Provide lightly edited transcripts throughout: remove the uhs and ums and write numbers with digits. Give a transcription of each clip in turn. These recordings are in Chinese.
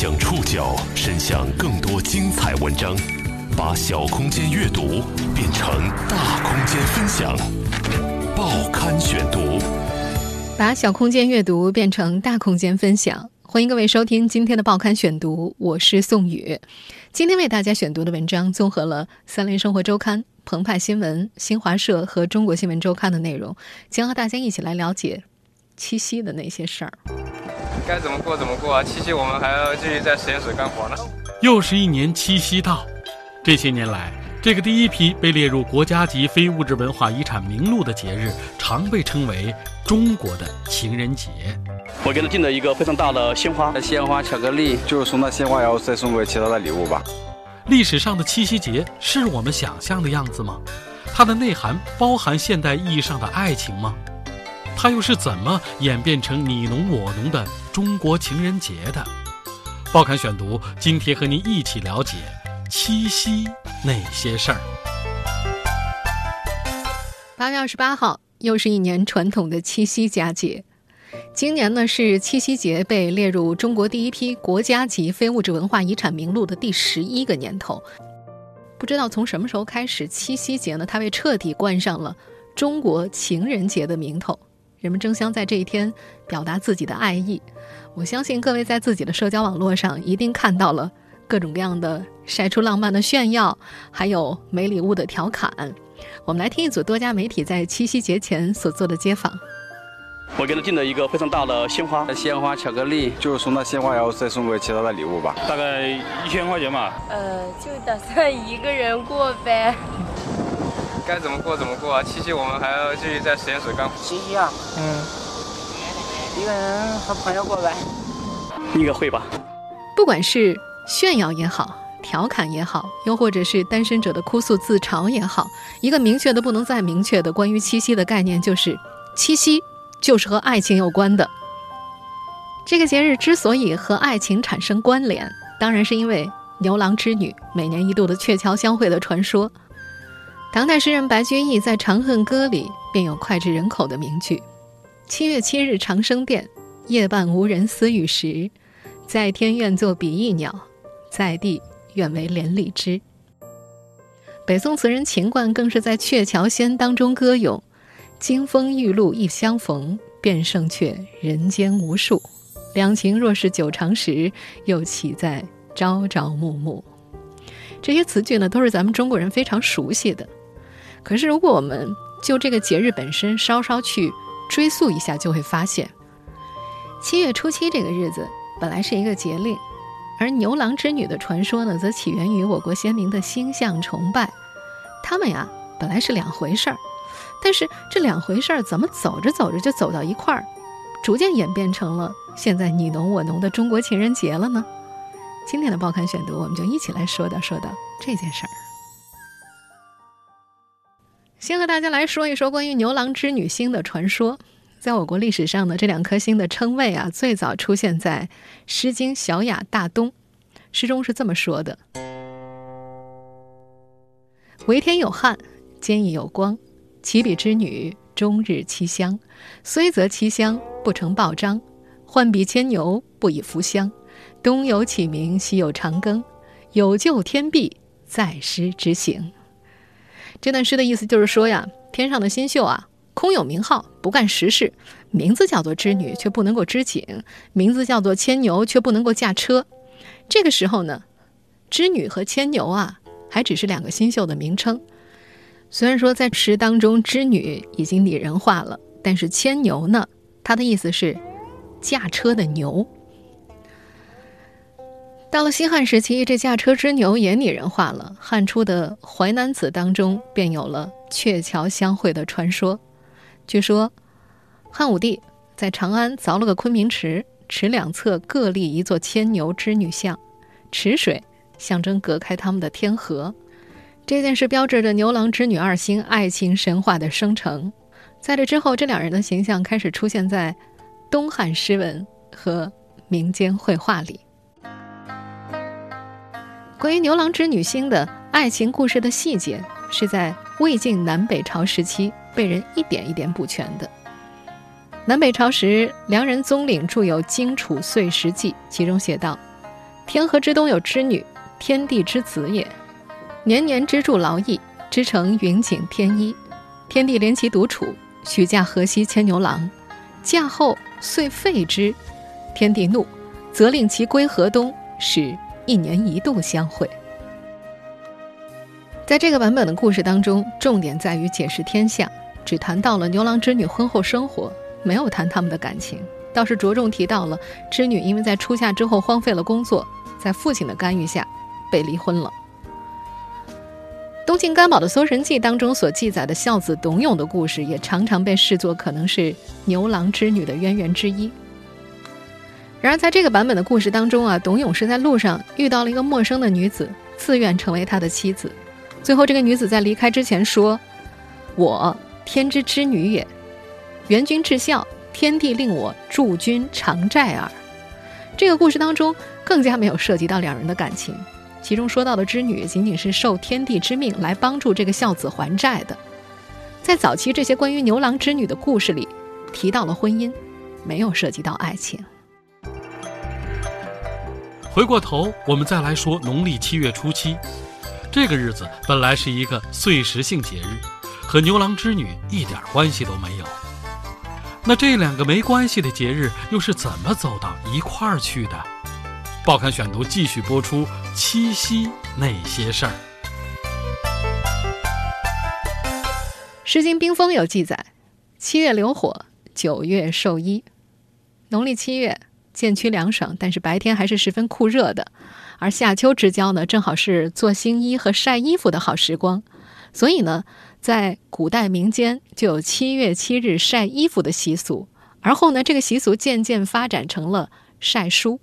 将触角伸向更多精彩文章，把小空间阅读变成大空间分享。报刊选读， 把小空间阅读变成大空间分享。欢迎各位收听今天的报刊选读，我是宋宇。今天为大家选读的文章综合了三联生活周刊、澎湃新闻、新华社和中国新闻周刊的内容，将和大家一起来了解七夕的那些事儿。 该怎么过怎么过啊！七夕我们还要继续在实验室干活呢。 又是一年七夕到，这些年来，这个第一批被列入国家级非物质文化遗产名录的节日，常被称为中国的情人节。 我给他订了一个非常大的鲜花， 巧克力， 就是送他鲜花，然后再送给其他的礼物吧。 历史上的七夕节是我们想象的样子吗？它的内涵包含现代意义上的爱情吗？它又是怎么演变成你侬我侬的中国情人节的？报刊选读今天和您一起了解七夕那些事儿。 8月28号，又是一年传统的七夕佳节。今年呢是七夕节被列入中国第一批国家级非物质文化遗产名录的第11个年头。不知道从什么时候开始，七夕节呢它被彻底冠上了中国情人节的名头，人们争相在这一天表达自己的爱意。我相信各位在自己的社交网络上一定看到了各种各样的晒出浪漫的炫耀，还有没礼物的调侃。我们来听一组多家媒体在七夕节前所做的街访。 我给他订了一个非常大的鲜花， 巧克力， 就是送他鲜花，然后再送给其他的礼物吧。 大概1000块钱吧。 就打算一个人过呗。 该怎么过怎么过啊！七夕我们还要继续在实验室干活。 七夕啊，一个人和朋友过呗。 应该会吧。 不管是炫耀也好，调侃也好，又或者是单身者的哭诉自嘲也好，一个明确的不能再明确的关于七夕的概念就是七夕就是和爱情有关的。这个节日之所以和爱情产生关联，当然是因为牛郎织女每年一度的鹊桥相会的传说。唐代诗人白居易在《长恨歌》里便有脍炙人口的名句：7月7日长生殿，夜半无人私语时，在天愿作比翼鸟，在地愿为连理枝。北宋词人秦观更是在《鹊桥仙》当中歌咏：金风玉露一相逢，便胜却人间无数。两情若是久长时，又岂在朝朝暮暮。这些词句呢，都是咱们中国人非常熟悉的。可是如果我们就这个节日本身稍稍去追溯一下，就会发现7月初7这个日子本来是一个节令，而牛郎织女的传说呢，则起源于我国先民的星象崇拜。他们呀本来是两回事儿，但是这两回事儿怎么走着走着就走到一块儿，逐渐演变成了现在你侬我侬的中国情人节了呢？今天的报刊选读，我们就一起来说到这件事儿。先和大家来说一说关于牛郎织女星的传说。在我国历史上呢，这两颗星的称谓啊，最早出现在《诗经·小雅·大东》，诗中是这么说的：为天有汉，兼亦有光，其比之女，终日七香。虽则七香，不成报章。换比牵牛，不以服香。东有启明，西有长庚。有救天臂，在师之行。这段诗的意思就是说呀，天上的星宿啊，空有名号，不干实事，名字叫做织女，却不能够织锦；名字叫做牵牛，却不能够驾车。这个时候呢，织女和牵牛啊，还只是两个星宿的名称。虽然说在诗当中织女已经拟人化了，但是牵牛呢，它的意思是驾车的牛。到了西汉时期，这驾车织牛也拟人化了，汉初的《淮南子》当中便有了鹊桥相会的传说。据说汉武帝在长安凿了个昆明池，池两侧各立一座牵牛织女像，池水象征隔开他们的天河。这件事标志着牛郎织女二星爱情神话的生成。在这之后，这两人的形象开始出现在东汉诗文和民间绘画里。关于牛郎织女星的爱情故事的细节，是在魏晋南北朝时期被人一点一点补全的。南北朝时，梁人宗领著有《荆楚岁时记》，其中写道： 天河之东有织女，天地之子也。年年织筑劳役，织成云锦天衣。天帝怜其独处，许嫁河西牵牛郎。嫁后遂废之，天帝怒，责令其归河东，使1年1度相会。在这个版本的故事当中，重点在于解释天象，只谈到了牛郎织女婚后生活，没有谈他们的感情，倒是着重提到了织女因为在出嫁之后荒废了工作，在父亲的干预下被离婚了。东晋干宝的《搜神记》当中所记载的孝子董永的故事，也常常被视作可能是牛郎织女的渊源之一。然而在这个版本的故事当中董永是在路上遇到了一个陌生的女子，自愿成为他的妻子。最后这个女子在离开之前说：我天之织女也，元君至孝，天地令我助君偿债耳。这个故事当中更加没有涉及到两人的感情，其中说到的织女仅仅是受天地之命来帮助这个孝子还债的。在早期这些关于牛郎织女的故事里提到了婚姻，没有涉及到爱情。 回过头我们再来说农历7月初7，这个日子本来是一个岁时性节日，和牛郎织女一点关系都没有。那这两个没关系的节日又是怎么走到一块儿去的？报刊选读继续播出七夕那些事儿。 诗经冰封有记载，7月流火，9月授衣。农历7月渐趋凉爽，但是白天还是十分酷热的，而夏秋之交呢，正好是做新衣和晒衣服的好时光。所以呢，在古代民间就有7月7日晒衣服的习俗，而后呢，这个习俗渐渐发展成了晒书。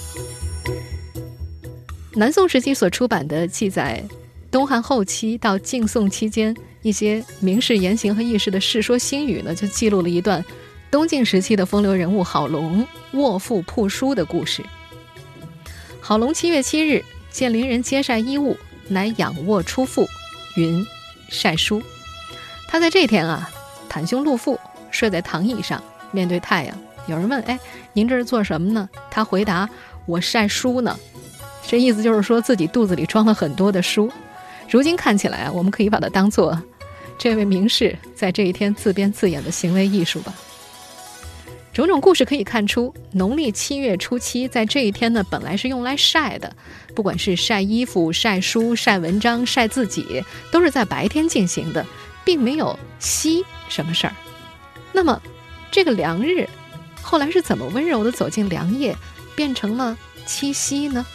南宋时期所出版的记载东汉后期到晋宋期间一些名士言行和义士的世说新语呢，就记录了一段东晋时期的风流人物郝龙卧腹铺书的故事。郝龙7月7日见邻人皆晒衣物，乃仰卧出腹，云晒书。他在这天袒胸露腹，睡在躺椅上，面对太阳。有人问：您这是做什么呢？他回答：我晒书呢。这意思就是说自己肚子里装了很多的书。如今看起来我们可以把它当作这位名士在这一天自编自演的行为艺术吧。种种故事可以看出，农历7月初7在这一天呢，本来是用来晒的，不管是晒衣服、晒书、晒文章、晒自己，都是在白天进行的，并没有夕什么事儿。那么这个良日后来是怎么温柔地走进良夜，变成了七夕呢？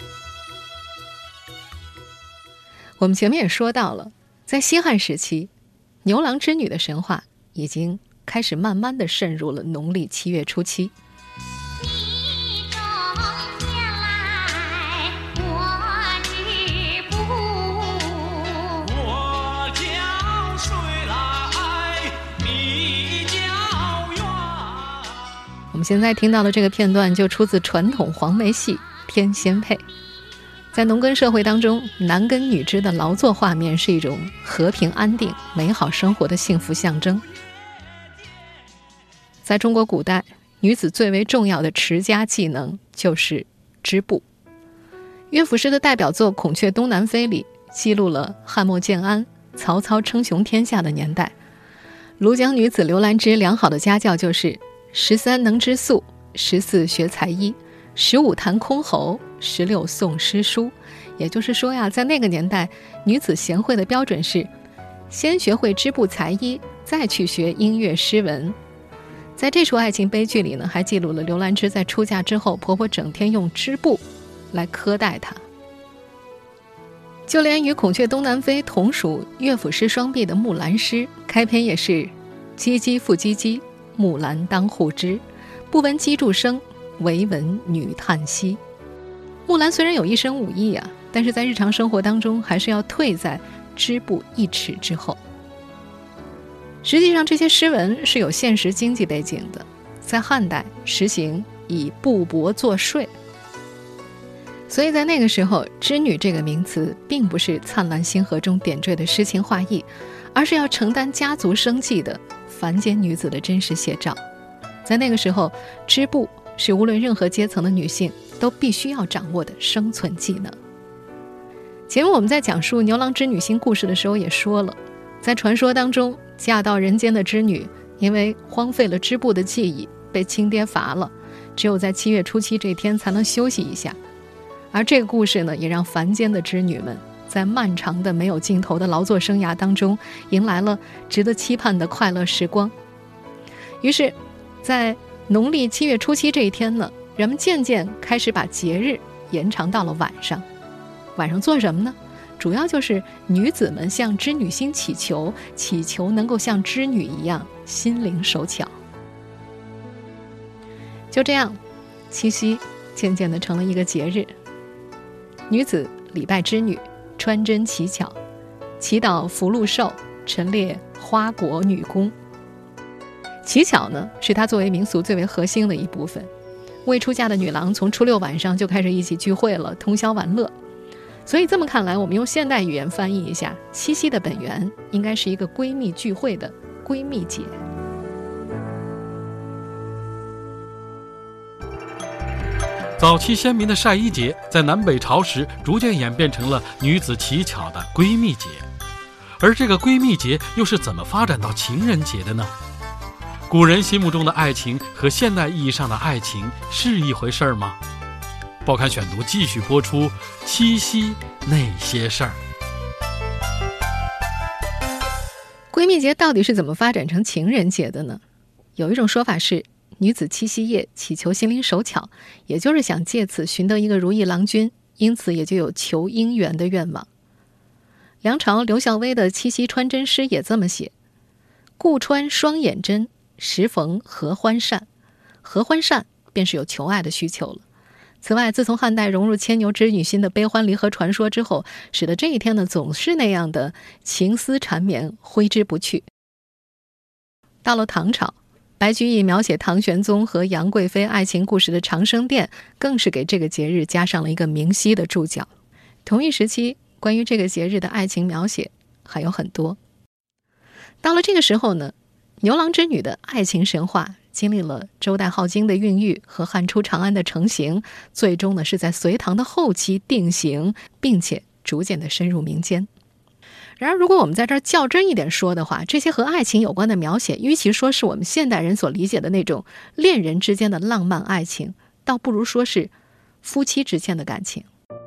我们前面也说到了，在西汉时期，牛郎织女的神话已经开始慢慢地渗入了农历7月初7。我们现在听到的这个片段就出自传统黄梅戏《天仙配》。在农耕社会当中，男耕女织的劳作画面是一种和平安定、美好生活的幸福象征。在中国古代，女子最为重要的持家技能就是织布。乐府诗的代表作《孔雀东南飞》里记录了汉末建安、曹操称雄天下的年代。庐江女子刘兰芝良好的家教就是13能织素，14学才艺，15弹箜篌，16诵诗书。也就是说在那个年代，女子贤惠的标准是先学会织布才艺，再去学音乐诗文。在这出爱情悲剧里呢，还记录了刘兰芝在出嫁之后，婆婆整天用织布来苛待她。就连与《孔雀东南飞》同属乐府诗双璧的《木兰诗》，开篇也是唧唧复唧唧，木兰当户织，不闻机杼声，惟闻女叹息。木兰虽然有一身武艺但是在日常生活当中还是要退在织布1尺之后。实际上这些诗文是有现实经济背景的，在汉代实行以布帛作税，所以在那个时候，织女这个名词并不是灿烂星河中点缀的诗情画意，而是要承担家族生计的凡间女子的真实写照。在那个时候，织布是无论任何阶层的女性都必须要掌握的生存技能。前面我们在讲述牛郎织女星故事的时候也说了，在传说当中，嫁到人间的织女因为荒废了织布的技艺，被亲爹罚了，只有在7月初7这天才能休息一下。而这个故事呢，也让凡间的织女们在漫长的没有尽头的劳作生涯当中，迎来了值得期盼的快乐时光。于是在农历7月初7这一天呢，人们渐渐开始把节日延长到了晚上。晚上做什么呢？主要就是女子们向织女星祈求，祈求能够像织女一样心灵手巧。就这样，七夕渐渐地成了一个节日。女子礼拜织女，穿针乞巧，祈祷福禄寿，陈列花果女工。乞巧呢，是它作为民俗最为核心的一部分。未出嫁的女郎从初6晚上就开始一起聚会了，通宵玩乐。所以这么看来，我们用现代语言翻译一下，七夕的本源应该是一个闺蜜聚会的闺蜜节。 早期先民的晒衣节在南北朝时逐渐演变成了女子乞巧的闺蜜节，而这个闺蜜节又是怎么发展到情人节的呢？古人心目中的爱情和现代意义上的爱情是一回事吗？报刊选读继续播出七夕那些事儿。 闺蜜节到底是怎么发展成情人节的呢？有一种说法是，女子七夕夜祈求心灵手巧，也就是想借此寻得一个如意郎君，因此也就有求姻缘的愿望。梁朝刘孝威的七夕穿针诗也这么写：故穿双眼针，时逢合欢扇。合欢扇便是有求爱的需求了。此外，自从汉代融入牵牛织女星的悲欢离合传说之后，使得这一天呢总是那样的情丝缠绵，挥之不去。到了唐朝，白居易描写唐玄宗和杨贵妃爱情故事的《长生殿》，更是给这个节日加上了一个明晰的注脚。同一时期，关于这个节日的爱情描写还有很多。到了这个时候呢，牛郎织女的爱情神话经历了周代镐京的孕育和汉初长安的成型，最终呢是在隋唐的后期定型，并且逐渐的深入民间。然而，如果我们在这儿较真一点说的话，这些和爱情有关的描写，与其说是我们现代人所理解的那种恋人之间的浪漫爱情，倒不如说是夫妻之间的感情。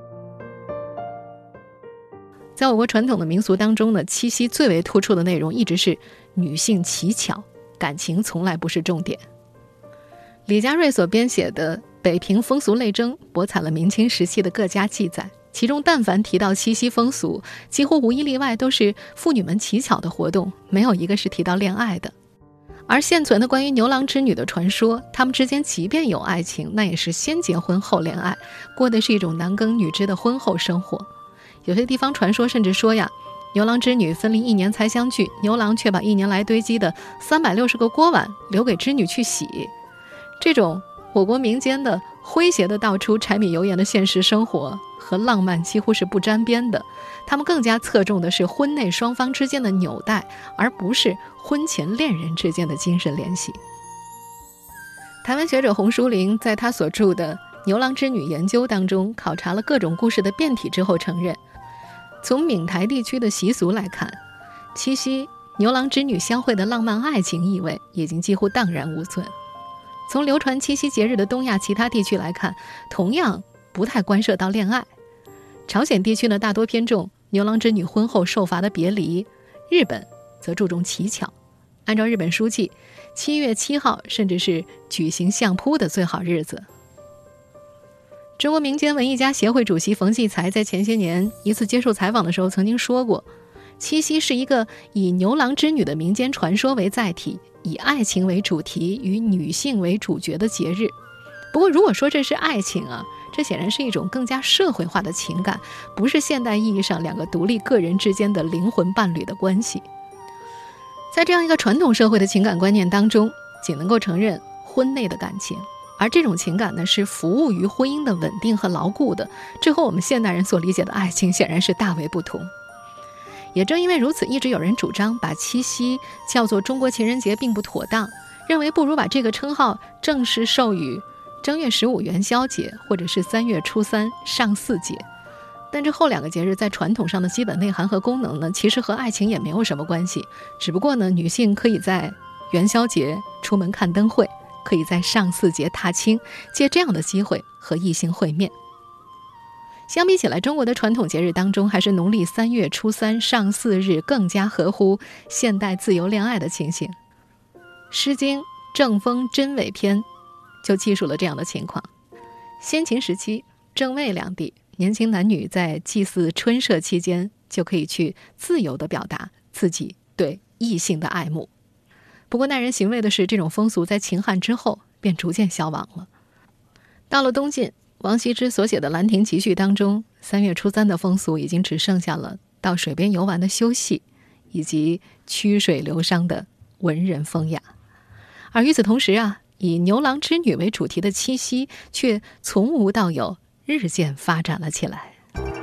在我国传统的民俗当中呢，七夕最为突出的内容一直是女性乞巧，感情从来不是重点。李嘉瑞所编写的《北平风俗类征》博采了明清时期的各家记载，其中但凡提到七夕风俗，几乎无一例外都是妇女们乞巧的活动，没有一个是提到恋爱的。而现存的关于牛郎织女的传说，他们之间即便有爱情，那也是先结婚后恋爱，过的是一种男耕女织的婚后生活。有些地方传说甚至说呀，牛郎织女分离1年才相聚，牛郎却把1年来堆积的360个锅碗留给织女去洗。这种我国民间的诙谐的道出柴米油盐的现实生活和浪漫几乎是不沾边的，他们更加侧重的是婚内双方之间的纽带，而不是婚前恋人之间的精神联系。台湾学者洪淑玲在他所著的《牛郎织女研究》当中考察了各种故事的变体之后承认，从闽台地区的习俗来看，七夕牛郎织女相会的浪漫爱情意味已经几乎荡然无存。从流传七夕节日的东亚其他地区来看，同样不太关涉到恋爱。朝鲜地区呢，大多偏重牛郎织女婚后受罚的别离，日本则注重乞巧。按照日本书记，7月7号甚至是举行相扑的最好日子。中国民间文艺家协会主席冯骥才在前些年一次接受采访的时候曾经说过，七夕是一个以牛郎织女的民间传说为载体，以爱情为主题，以女性为主角的节日。不过如果说这是爱情啊，这显然是一种更加社会化的情感，不是现代意义上两个独立个人之间的灵魂伴侣的关系。在这样一个传统社会的情感观念当中，仅能够承认婚内的感情，而这种情感呢，是服务于婚姻的稳定和牢固的，这和我们现代人所理解的爱情显然是大为不同。也正因为如此，一直有人主张把七夕叫做中国情人节并不妥当，认为不如把这个称号正式授予正月15元宵节或者是3月初3上巳节。但这后2个节日在传统上的基本内涵和功能呢，其实和爱情也没有什么关系，只不过呢，女性可以在元宵节出门看灯会，可以在上巳节踏青，借这样的机会和异性会面。相比起来，中国的传统节日当中，还是农历3月初3上巳日更加合乎现代自由恋爱的情形。《诗经·正风·真伪篇》就记述了这样的情况：先秦时期，正魏两地年轻男女在祭祀春社期间，就可以去自由地表达自己对异性的爱慕。不过耐人寻味的是，这种风俗在秦汉之后便逐渐消亡了。到了东晋，王羲之所写的《兰亭集序》当中，3月初3的风俗已经只剩下了到水边游玩的嬉戏，以及曲水流觞的文人风雅。而与此同时啊，以牛郎织女为主题的七夕却从无到有日渐发展了起来。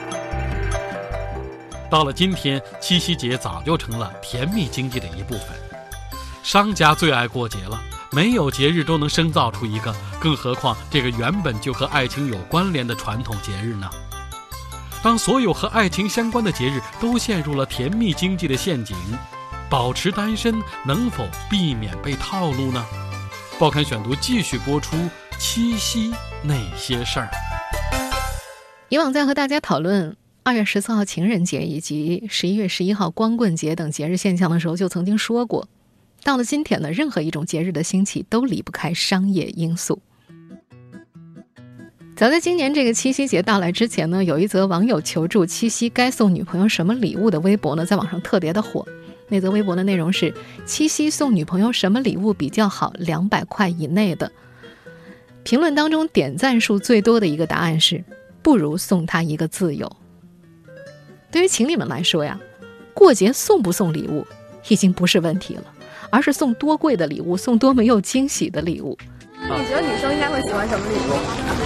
到了今天，七夕节早就成了甜蜜经济的一部分。商家最爱过节了，没有节日都能生造出一个，更何况这个原本就和爱情有关联的传统节日呢？当所有和爱情相关的节日都陷入了甜蜜经济的陷阱，保持单身能否避免被套路呢？报刊选读继续播出七夕那些事儿。 以往在和大家讨论2月14号情人节以及11月11号光棍节等节日现象的时候，就曾经说过，到了今天呢，任何一种节日的兴起都离不开商业因素。早在今年这个七夕节到来之前呢，有一则网友求助七夕该送女朋友什么礼物的微博呢，在网上特别的火。那则微博的内容是：七夕送女朋友什么礼物比较好，200块以内的。评论当中点赞数最多的一个答案是：不如送她一个自由。对于情侣们来说呀，过节送不送礼物已经不是问题了，而是送多贵的礼物，送多没有惊喜的礼物。 你觉得女生应该会喜欢什么礼物？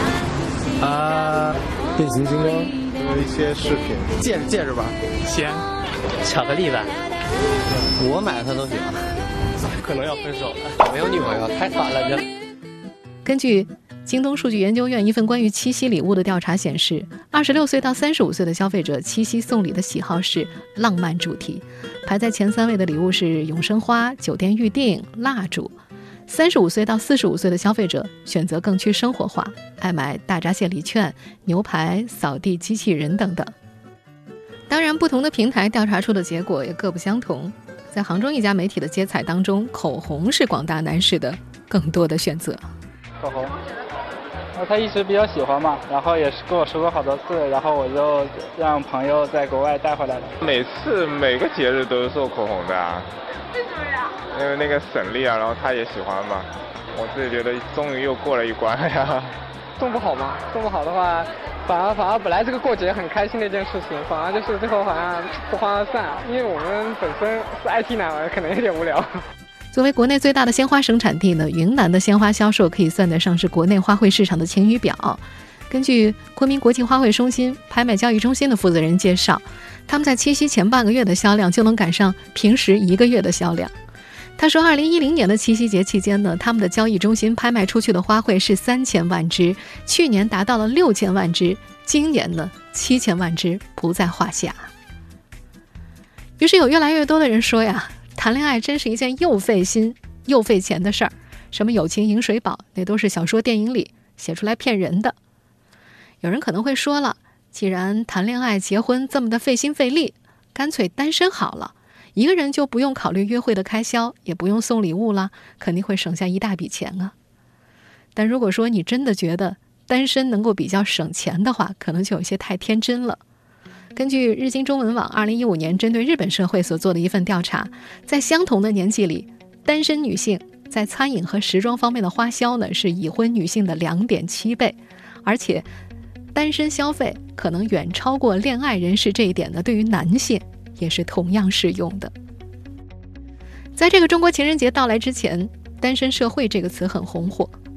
变形金刚，一些饰品，戒指吧，钱， 巧克力吧。 我买它都行。 可能要分手了，没有女朋友，太惨了这。 根据京东数据研究院一份关于七夕礼物的调查显示，26岁到35岁的消费者七夕送礼的喜好是浪漫主题，排在前3位的礼物是永生花、酒店预订、蜡烛。35岁到45岁的消费者选择更趋生活化，爱买大闸蟹礼券、牛排、扫地机器人等等。当然，不同的平台调查出的结果也各不相同。在杭州一家媒体的接采当中，口红是广大男士的更多的选择。 口红，他一直比较喜欢嘛，然后也是跟我说过好多次，然后我就让朋友在国外带回来了。 每个节日都是送口红的啊。为什么呀？因为那个省力啊，然后他也喜欢嘛。我自己觉得终于又过了一关了呀。 送不好吗？送不好的话，反而本来这个过节很开心的一件事情，反而就是最后好像不欢而散。因为我们本身是 IT 男儿，可能有点无聊。 作为国内最大的鲜花生产地呢，云南的鲜花销售可以算得上是国内花卉市场的晴雨表。根据昆明国际花卉中心拍卖交易中心的负责人介绍，他们在七夕前半个月的销量就能赶上平时1个月的销量。他说2010年的七夕节期间呢，他们的交易中心拍卖出去的花卉是3000万只，去年达到了6000万只，今年呢7000万只不在话下。于是有越来越多的人说呀，谈恋爱真是一件又费心又费钱的事儿，什么友情饮水饱，那都是小说电影里写出来骗人的。有人可能会说了，既然谈恋爱结婚这么的费心费力，干脆单身好了，一个人就不用考虑约会的开销，也不用送礼物了，肯定会省下一大笔钱啊。但如果说你真的觉得单身能够比较省钱的话，可能就有些太天真了。根据日经中文网2015年针对日本社会所做的一份调查，在相同的年纪里，单身女性在餐饮和时装方面的花销呢，是已婚女性的2.7倍，而且单身消费可能远超过恋爱人士，这一点呢，对于男性也是同样适用的。在这个中国情人节到来之前，单身社会这个词很红火。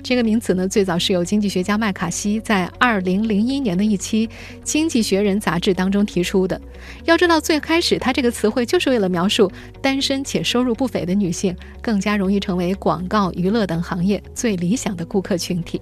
这个名词呢，最早是由经济学家麦卡锡在2001年的一期《经济学人》杂志当中提出的。要知道，最开始他这个词汇就是为了描述单身且收入不菲的女性更加容易成为广告、娱乐等行业最理想的顾客群体。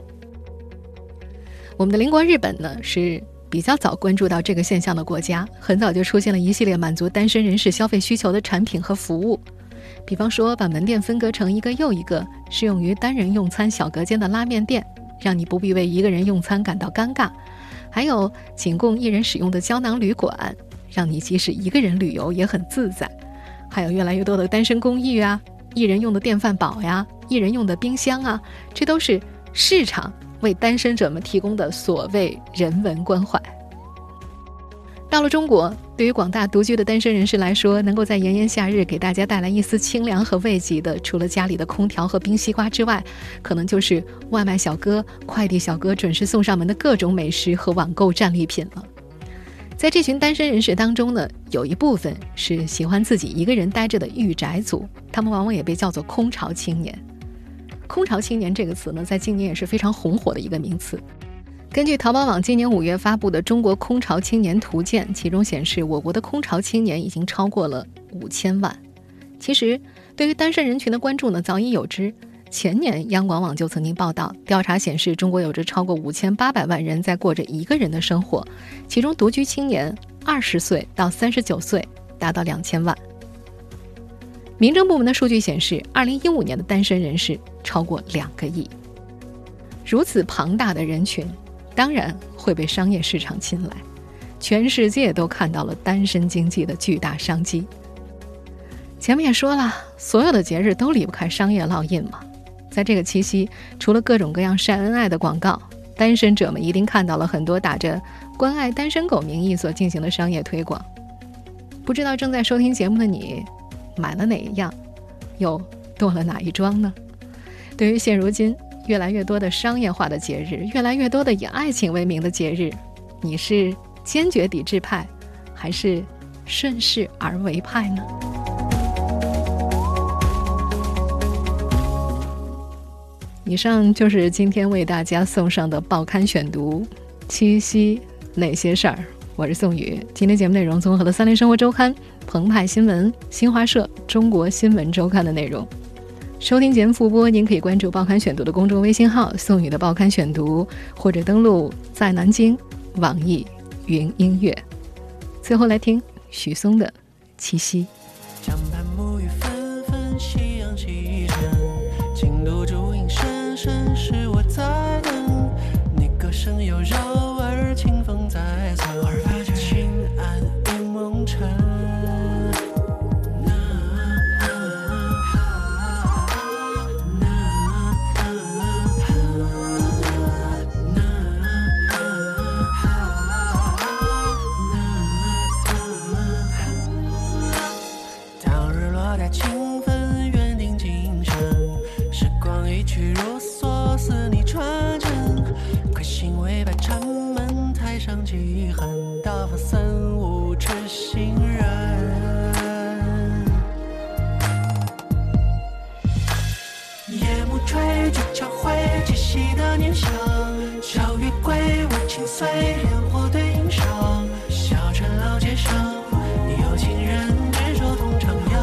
我们的邻国日本呢，是比较早关注到这个现象的国家，很早就出现了一系列满足单身人士消费需求的产品和服务。比方说，把门店分隔成一个又一个适用于单人用餐小隔间的拉面店，让你不必为一个人用餐感到尴尬；还有仅供一人使用的胶囊旅馆，让你即使一个人旅游也很自在；还有越来越多的单身公寓啊，一人用的电饭煲呀，一人用的冰箱啊，这都是市场为单身者们提供的所谓人文关怀。到了中国，对于广大独居的单身人士来说，能够在炎炎夏日给大家带来一丝清凉和慰藉的，除了家里的空调和冰西瓜之外，可能就是外卖小哥、快递小哥准时送上门的各种美食和网购战利品了。在这群单身人士当中呢，有一部分是喜欢自己一个人待着的御宅族，他们往往也被叫做空巢青年。空巢青年这个词呢，在今年也是非常红火的一个名词。根据淘宝网今年5月发布的中国空巢青年图鉴，其中显示我国的空巢青年已经超过了5000万。其实对于单身人群的关注呢，早已有之。前年央广网就曾经报道，调查显示中国有着超过5800万人在过着一个人的生活，其中独居青年20岁到39岁达到2000万。民政部门的数据显示，2015年的单身人士超过2个亿。如此庞大的人群，当然会被商业市场青睐，全世界都看到了单身经济的巨大商机。前面也说了，所有的节日都离不开商业烙印嘛。在这个七夕，除了各种各样晒恩爱的广告，单身者们一定看到了很多打着关爱单身狗名义所进行的商业推广。不知道正在收听节目的你，买了哪一样，又剁了哪一桩呢？对于现如今越来越多的商业化的节日，越来越多的以爱情为名的节日，你是坚决抵制派，还是顺势而为派呢？以上就是今天为大家送上的报刊选读，七夕那些事儿。我是宋宇，今天节目内容综合了三联生活周刊、澎湃新闻、新华社、中国新闻周刊的内容。收听节目复播，您可以关注报刊选读的公众微信号宋宇的报刊选读，或者登录在南京网易云音乐。最后来听许嵩的七夕。 江畔沐雨纷纷，夕阳西沉，京都烛影深深，是我在等你歌声悠柔而清风在侧，轻按一梦尘。清风缘定今生，时光一去如梭，似你传承。亏心为百禅门，台上记恨，道法僧无痴心人。夜幕垂，竹桥回，七夕的念想。小月归，我轻碎，烟火对影上。小城老街上，有情人执手同徜徉。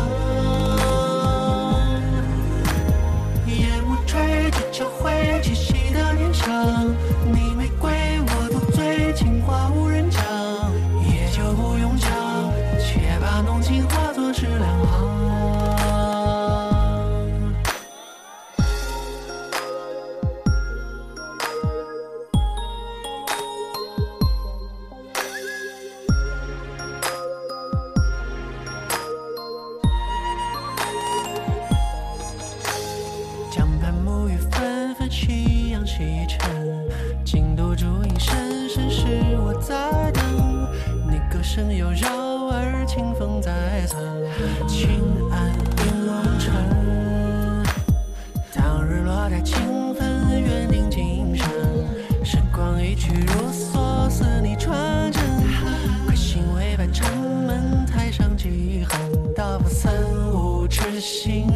秋回七夕的念想，你玫瑰我独醉，情话无人讲，夜酒不用讲，且把浓情化作诗两行。江畔沐雨纷纷，夕阳西沉，京都烛影深深，是我在等你歌声悠柔而清风在侧，轻按一梦尘。当日落在清风，缘定今生，时光一去如梭，似你传真。亏心为百禅门，台上记恨，道法僧无痴心